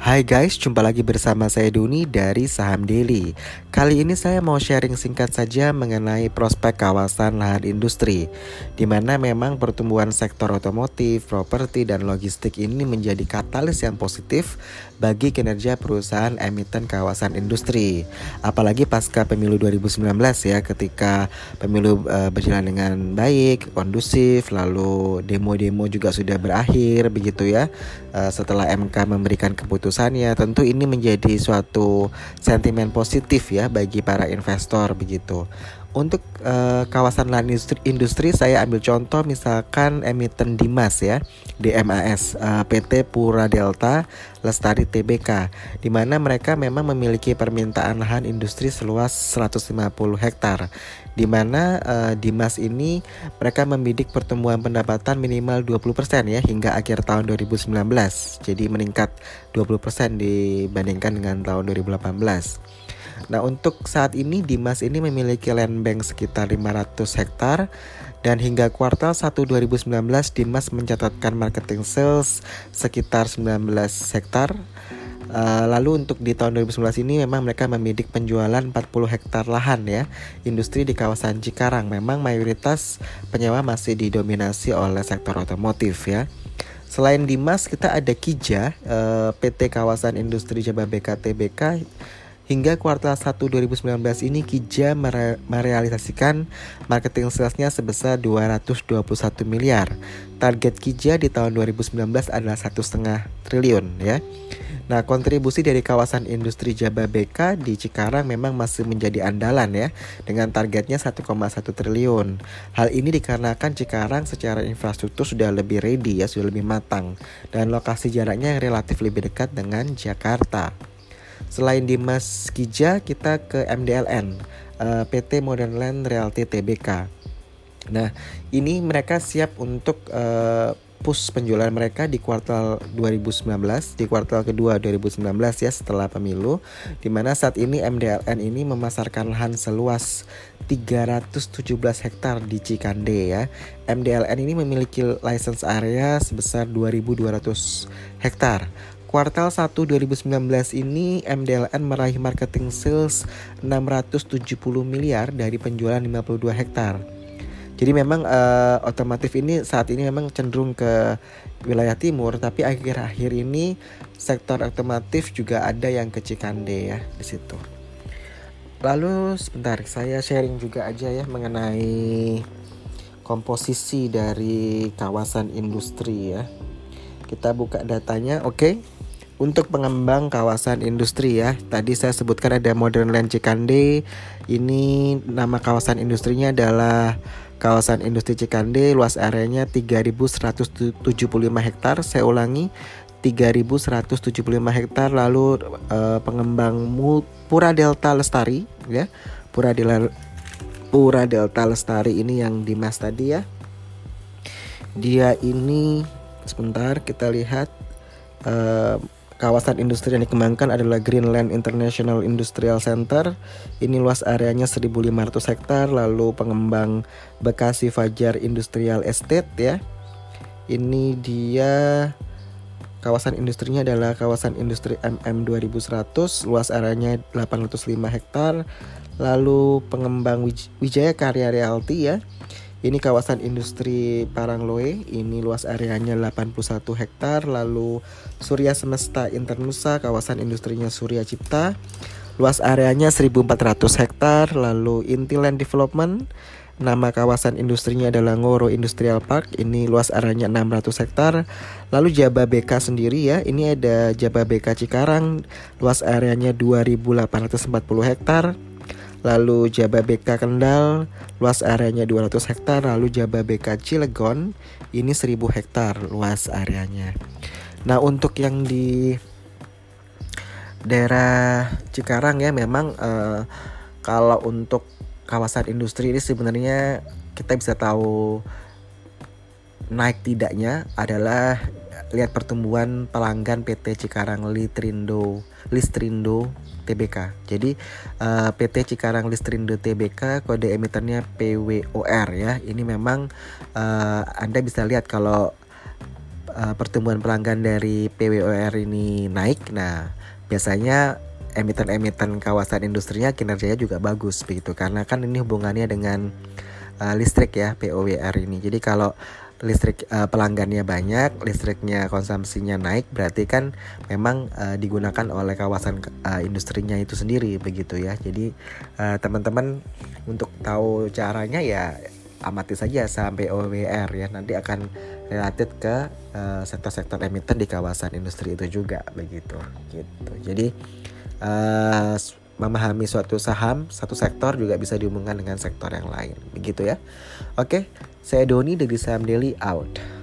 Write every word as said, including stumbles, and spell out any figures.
Hai guys, jumpa lagi bersama saya Duni dari Saham Daily. Kali ini saya mau sharing singkat saja mengenai prospek kawasan lahan industri, di mana memang pertumbuhan sektor otomotif, properti, dan logistik ini menjadi katalis yang positif bagi kinerja perusahaan emiten kawasan industri. Apalagi pasca pemilu dua ribu sembilan belas ya, ketika pemilu e, berjalan dengan baik, kondusif, lalu demo-demo juga sudah berakhir begitu ya. E, setelah M K memberikan keputusannya, tentu ini menjadi suatu sentimen positif ya bagi para investor begitu. Untuk uh, kawasan lahan industri, industri saya ambil contoh misalkan emiten Dimas ya, D M A S, uh, P T Pura Delta Lestari T B K, di mana mereka memang memiliki permintaan lahan industri seluas seratus lima puluh hektar, di mana uh, Dimas ini mereka membidik pertumbuhan pendapatan minimal dua puluh persen ya hingga akhir tahun dua ribu sembilan belas. Jadi meningkat dua puluh persen dibandingkan dengan tahun dua ribu delapan belas. Nah, untuk saat ini Dimas ini memiliki land bank sekitar lima ratus hektar, dan hingga kuartal satu dua ribu sembilan belas Dimas mencatatkan marketing sales sekitar sembilan belas hektar. Uh, lalu untuk di tahun dua ribu sembilan belas ini memang mereka membidik penjualan empat puluh hektar lahan ya industri di kawasan Cikarang. Memang mayoritas penyewa masih didominasi oleh sektor otomotif ya. Selain Dimas, kita ada Kija, uh, P T Kawasan Industri Jababeka T B K. Hingga kuartal satu dua ribu sembilan belas ini Kija mere- merealisasikan marketing salesnya sebesar dua ratus dua puluh satu miliar. Target Kija di tahun dua ribu sembilan belas adalah satu koma lima triliun ya. Nah, kontribusi dari kawasan industri Jababeka di Cikarang memang masih menjadi andalan ya, dengan targetnya satu koma satu triliun. Hal ini dikarenakan Cikarang secara infrastruktur sudah lebih ready ya, sudah lebih matang, dan lokasi jaraknya yang relatif lebih dekat dengan Jakarta. Selain Dimas Kija, kita ke M D L N, uh, P T Modern Land Realty T B K. Nah, ini mereka siap untuk uh, push penjualan mereka di kuartal dua ribu sembilan belas, di kuartal kedua dua ribu sembilan belas ya, setelah pemilu, di mana saat ini M D L N ini memasarkan lahan seluas tiga ratus tujuh belas hektar di Cikande ya. M D L N ini memiliki license area sebesar dua ribu dua ratus hektar. Kuartal satu dua ribu sembilan belas ini M D L N meraih marketing sales enam ratus tujuh puluh miliar dari penjualan lima puluh dua hektar. Jadi memang uh, otomotif ini saat ini memang cenderung ke wilayah timur, tapi akhir-akhir ini sektor otomotif juga ada yang ke Cikande ya di situ. Lalu sebentar, saya sharing juga aja ya mengenai komposisi dari kawasan industri ya. Kita buka datanya, oke. Okay. Untuk pengembang kawasan industri ya, tadi saya sebutkan ada Modern Land Cikande. Ini nama kawasan industrinya adalah kawasan industri Cikande. Luas areanya tiga ribu seratus tujuh puluh lima hektar. Saya ulangi, tiga ribu seratus tujuh puluh lima hektar. Lalu eh, pengembang Pura Delta Lestari ya. Pura Delta Pura Delta Lestari ini yang Dimas tadi ya. Dia ini, sebentar kita lihat, uh, kawasan industri yang dikembangkan adalah Greenland International Industrial Center. Ini luas areanya seribu lima ratus hektar. Lalu pengembang Bekasi Fajar Industrial Estate ya. Ini dia kawasan industrinya adalah kawasan industri M M dua ribu seratus, luas areanya delapan ratus lima hektar. Lalu pengembang Wij- Wijaya Karya Realty ya. Ini kawasan industri Parangloe, ini luas areanya delapan puluh satu hektar. Lalu Surya Semesta Internusa, kawasan industrinya Surya Cipta, luas areanya seribu empat ratus hektar. Lalu Intiland Development, nama kawasan industrinya adalah Ngoro Industrial Park, ini luas areanya enam ratus hektar. Lalu Jababeka sendiri ya, ini ada Jababeka Cikarang, luas areanya dua ribu delapan ratus empat puluh hektar. Lalu Jababeka Kendal, luas areanya dua ratus hektar. Lalu Jababeka Cilegon, ini seribu hektar luas areanya. Nah, untuk yang di daerah Cikarang ya, memang uh, kalau untuk kawasan industri ini sebenarnya kita bisa tahu naik tidaknya adalah lihat pertumbuhan pelanggan P T Cikarang Listrindo Listrindo T B K. Jadi uh, P T Cikarang Listrindo T B K kode emitennya P W O R ya. Ini memang uh, Anda bisa lihat kalau uh, pertumbuhan pelanggan dari P W O R ini naik, nah biasanya emiten-emiten kawasan industrinya kinerjanya juga bagus begitu, karena kan ini hubungannya dengan uh, listrik ya, P O W R ini. Jadi kalau listrik uh, pelanggannya banyak, listriknya konsumsinya naik, berarti kan memang uh, digunakan oleh kawasan uh, industrinya itu sendiri begitu ya. Jadi uh, teman-teman untuk tahu caranya ya amati saja saham P O W R ya, nanti akan related ke uh, sektor-sektor emiten di kawasan industri itu juga begitu gitu. Jadi uh, memahami suatu saham, satu sektor juga bisa dihubungkan dengan sektor yang lain begitu ya. Oke, saya Doni dari Saham Daily out.